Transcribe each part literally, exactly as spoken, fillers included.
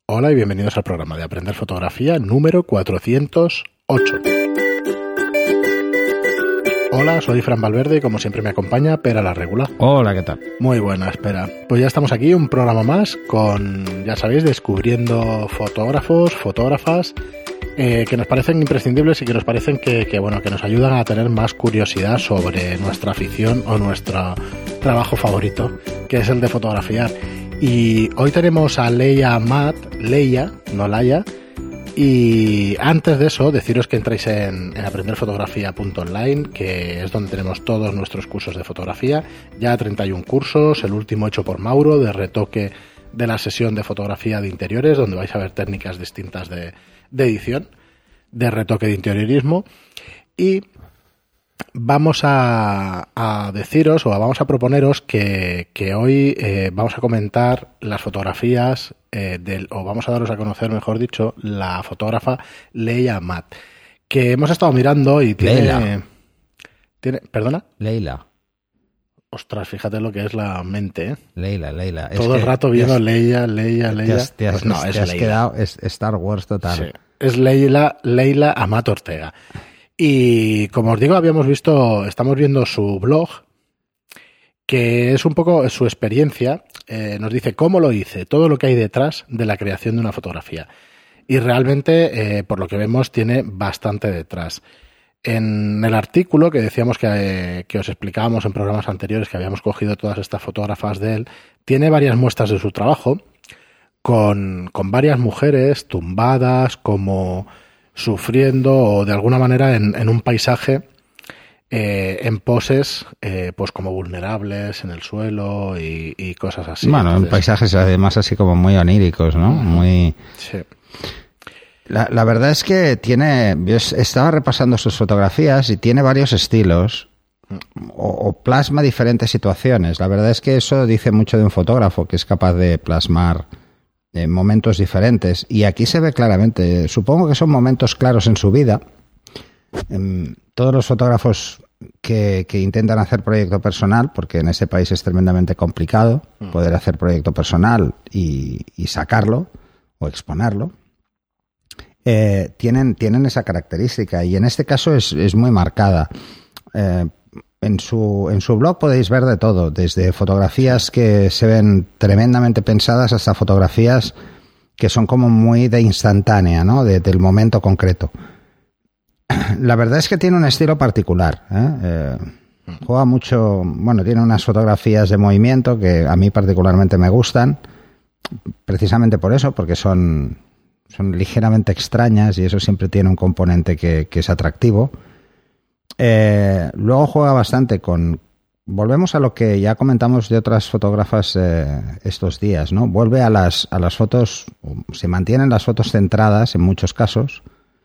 Hola y bienvenidos al programa de Aprender Fotografía número cuatrocientos ocho. Hola, soy Fran Valverde y como siempre me acompaña Pera la Regula. Hola, ¿qué tal? Muy buena, Pera. Pues ya estamos aquí, un programa más con, ya sabéis, descubriendo fotógrafos, fotógrafas eh, que nos parecen imprescindibles y que nos parecen que, que, bueno, que nos ayudan a tener más curiosidad sobre nuestra afición o nuestro trabajo favorito, que es el de fotografiar. Y hoy tenemos a Leia Amat, Leia, no Laia. Y antes de eso, deciros que entréis en, en aprenderfotografía punto online, que es donde tenemos todos nuestros cursos de fotografía. Ya treinta y uno cursos, el último hecho por Mauro, de retoque de la sesión de fotografía de interiores, donde vais a ver técnicas distintas de, de edición, de retoque de interiorismo. Y vamos a, a deciros, o vamos a proponeros que, que hoy eh, vamos a comentar las fotografías eh, del, o vamos a daros a conocer, mejor dicho, la fotógrafa Leia Amat, que hemos estado mirando y tiene... Leila. tiene ¿Perdona? Leila. Ostras, fíjate lo que es la mente, ¿eh? Leila, Leila. Todo es el rato viendo has, Leia, Leia, Leia. Te has, te has, pues no, te es has Leila. quedado es Star Wars total. Sí, es Leila, Leila Amat Ortega. Y como os digo, habíamos visto, estamos viendo su blog, que es un poco su experiencia. Eh, nos dice cómo lo hice, todo lo que hay detrás de la creación de una fotografía. Y realmente, eh, por lo que vemos, tiene bastante detrás. En el artículo que decíamos que, eh, que os explicábamos en programas anteriores, que habíamos cogido todas estas fotógrafas de él, tiene varias muestras de su trabajo, con, con varias mujeres tumbadas, como sufriendo o de alguna manera en, en un paisaje, eh, en poses eh, pues como vulnerables en el suelo y, y cosas así. Bueno, Entonces, en paisajes además así como muy oníricos, ¿no? Uh-huh. Muy... Sí. La, la verdad es que tiene... Yo estaba repasando sus fotografías y tiene varios estilos o, o plasma diferentes situaciones. La verdad es que eso dice mucho de un fotógrafo que es capaz de plasmar en momentos diferentes, y aquí se ve claramente, supongo que son momentos claros en su vida. Eh, todos los fotógrafos que, que intentan hacer proyecto personal, porque en ese país es tremendamente complicado poder hacer proyecto personal y, y sacarlo o exponerlo, eh, tienen, tienen esa característica, y en este caso es, es muy marcada. Eh, En su, en su blog podéis ver de todo, desde fotografías que se ven tremendamente pensadas hasta fotografías que son como muy de instantánea, ¿no? De, del momento concreto. La verdad es que tiene un estilo particular, ¿eh? Eh, juega mucho, bueno, tiene unas fotografías de movimiento que a mí particularmente me gustan, precisamente por eso, porque son, son ligeramente extrañas y eso siempre tiene un componente que, que es atractivo. Eh, luego juega bastante con... Volvemos a lo que ya comentamos de otras fotógrafas eh, estos días, ¿no? Vuelve a las, a las fotos, se mantienen las fotos centradas en muchos casos,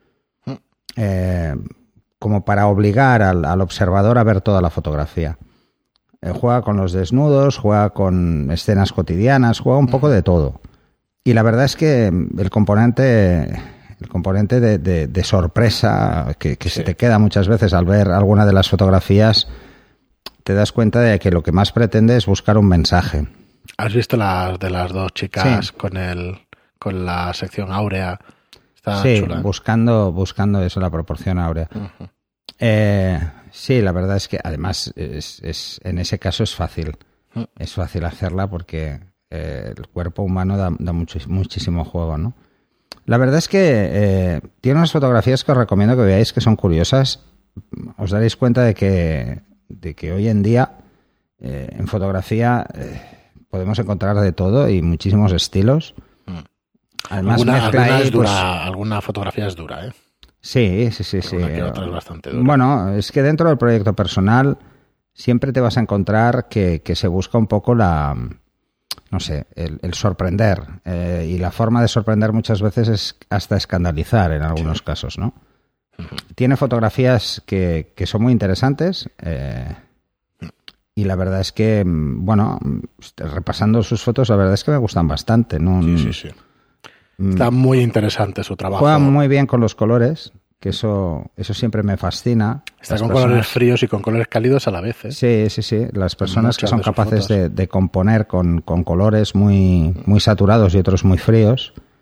eh, como para obligar al, al observador a ver toda la fotografía. Eh, juega con los desnudos, juega con escenas cotidianas, juega un poco de todo. Y la verdad es que el componente... El componente de, de, de sorpresa que, que sí. se te queda muchas veces al ver alguna de las fotografías, te das cuenta de que lo que más pretende es buscar un mensaje. ¿Has visto las de las dos chicas sí. con el con la sección áurea? Está sí, chula. buscando buscando eso, la proporción áurea. Uh-huh. Eh, sí, la verdad es que además es, es, en ese caso es fácil. Uh-huh. Es fácil hacerla porque eh, el cuerpo humano da, da mucho, muchísimo juego, ¿no? La verdad es que eh, tiene unas fotografías que os recomiendo que veáis que son curiosas. Os daréis cuenta de que, de que hoy en día eh, en fotografía eh, podemos encontrar de todo y muchísimos estilos. Además, alguna, mezcla alguna, ahí, es dura, pues, alguna fotografía es dura, ¿eh? Sí, sí, sí. sí. Que otra es bastante dura. Bueno, es que dentro del proyecto personal siempre te vas a encontrar que, que se busca un poco la... no sé, el, el sorprender. Eh, y la forma de sorprender muchas veces es hasta escandalizar en algunos sí. casos, ¿no? Uh-huh. Tiene fotografías que, que son muy interesantes eh, y la verdad es que, bueno, repasando sus fotos, la verdad es que me gustan bastante, ¿no? Sí, sí, sí. Está muy interesante su trabajo. Juega muy bien con los colores, que eso eso siempre me fascina. Está con personas... colores fríos y con colores cálidos a la vez, ¿eh? Sí, sí, sí. Las personas que son capaces de, de componer con, con colores muy, muy saturados y otros muy fríos,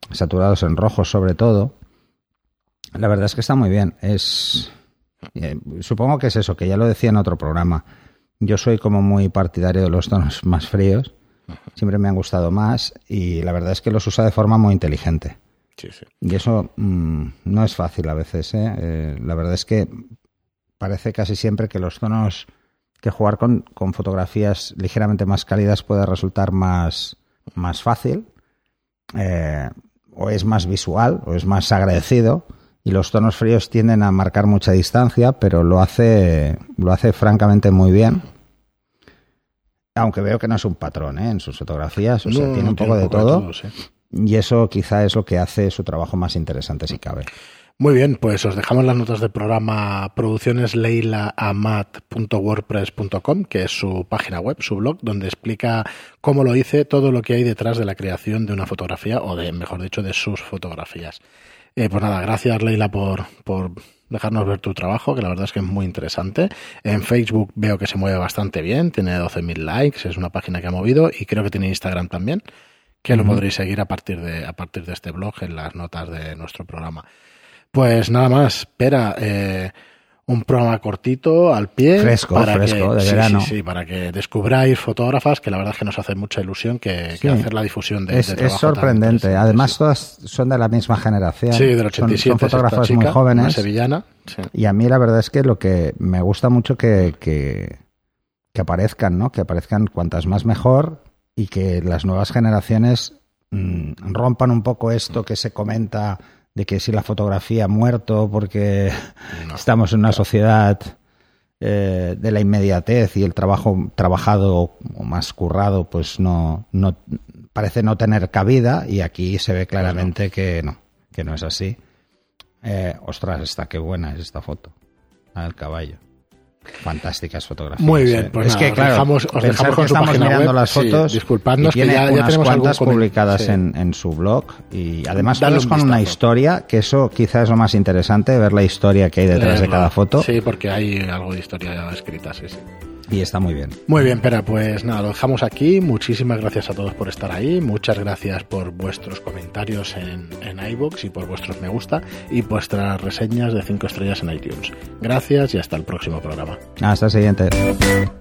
saturados en rojo sobre todo. La verdad es que está muy bien. Es eh, supongo que es eso, que ya lo decía en otro programa. Yo soy como muy partidario de los tonos más fríos. Siempre me han gustado más y la verdad es que los usa de forma muy inteligente. Sí, sí. Y eso mmm, no es fácil a veces, ¿eh? Eh, la verdad es que parece casi siempre que los tonos, que jugar con, con fotografías ligeramente más cálidas puede resultar más, más fácil, eh, o es más visual, o es más agradecido, y los tonos fríos tienden a marcar mucha distancia, pero lo hace, lo hace francamente muy bien. Aunque veo que no es un patrón, ¿eh? En sus fotografías, o sea, no, tiene no un poco tiene de un poco todo, de todo sí. Y eso quizá es lo que hace su trabajo más interesante, si cabe. Muy bien, pues os dejamos las notas del programa producciones leila amat punto wordpress punto com, que es su página web, su blog, donde explica cómo lo hice, todo lo que hay detrás de la creación de una fotografía, o de, mejor dicho, de sus fotografías. Eh, pues nada, gracias Leila por, por dejarnos ver tu trabajo, que la verdad es que es muy interesante. En Facebook veo que se mueve bastante bien, tiene doce mil likes, es una página que ha movido, y creo que tiene Instagram también, que uh-huh. lo podréis seguir a partir de, a partir de este blog en las notas de nuestro programa. Pues nada más, espera, eh, un programa cortito, al pie. Fresco, para fresco, que, de sí, verano. Sí, sí, para que descubráis fotógrafas, que la verdad es que nos hace mucha ilusión que, sí. que hacer la difusión de, es, de trabajo. Es sorprendente, además sí. Todas son de la misma generación. Sí, del ochenta y siete. Son, son fotógrafas chica, muy jóvenes. Una sevillana. Sí. Y a mí la verdad es que lo que me gusta mucho que, que, que aparezcan, ¿no? Que aparezcan cuantas más mejor y que las nuevas generaciones mmm, rompan un poco esto que se comenta de que si la fotografía ha muerto porque no, estamos en una claro. sociedad eh, de la inmediatez y el trabajo trabajado o más currado pues no, no parece no tener cabida, y aquí se ve claramente claro. que no, que no es así. Eh, ostras, esta qué buena es esta foto, la del caballo. Fantásticas fotografías. Muy bien, eh. pues es nada, que claro, dejamos, os dejamos con que su estamos página mirando web, las fotos, sí, disculpadnos y tiene que ya, ya unas tenemos cuantas publicadas sí. en, en su blog, y además Dale todas un con vistazo. Una historia, que eso quizás es lo más interesante, ver la historia que hay detrás Leerlo. de cada foto. Sí, porque hay algo de historia ya escrita, sí, sí. Y está muy bien. Muy bien, Pera, pues nada, lo dejamos aquí. Muchísimas gracias a todos por estar ahí. Muchas gracias por vuestros comentarios en, en iVoox y por vuestros me gusta y vuestras reseñas de cinco estrellas en iTunes. Gracias y hasta el próximo programa. Hasta el siguiente.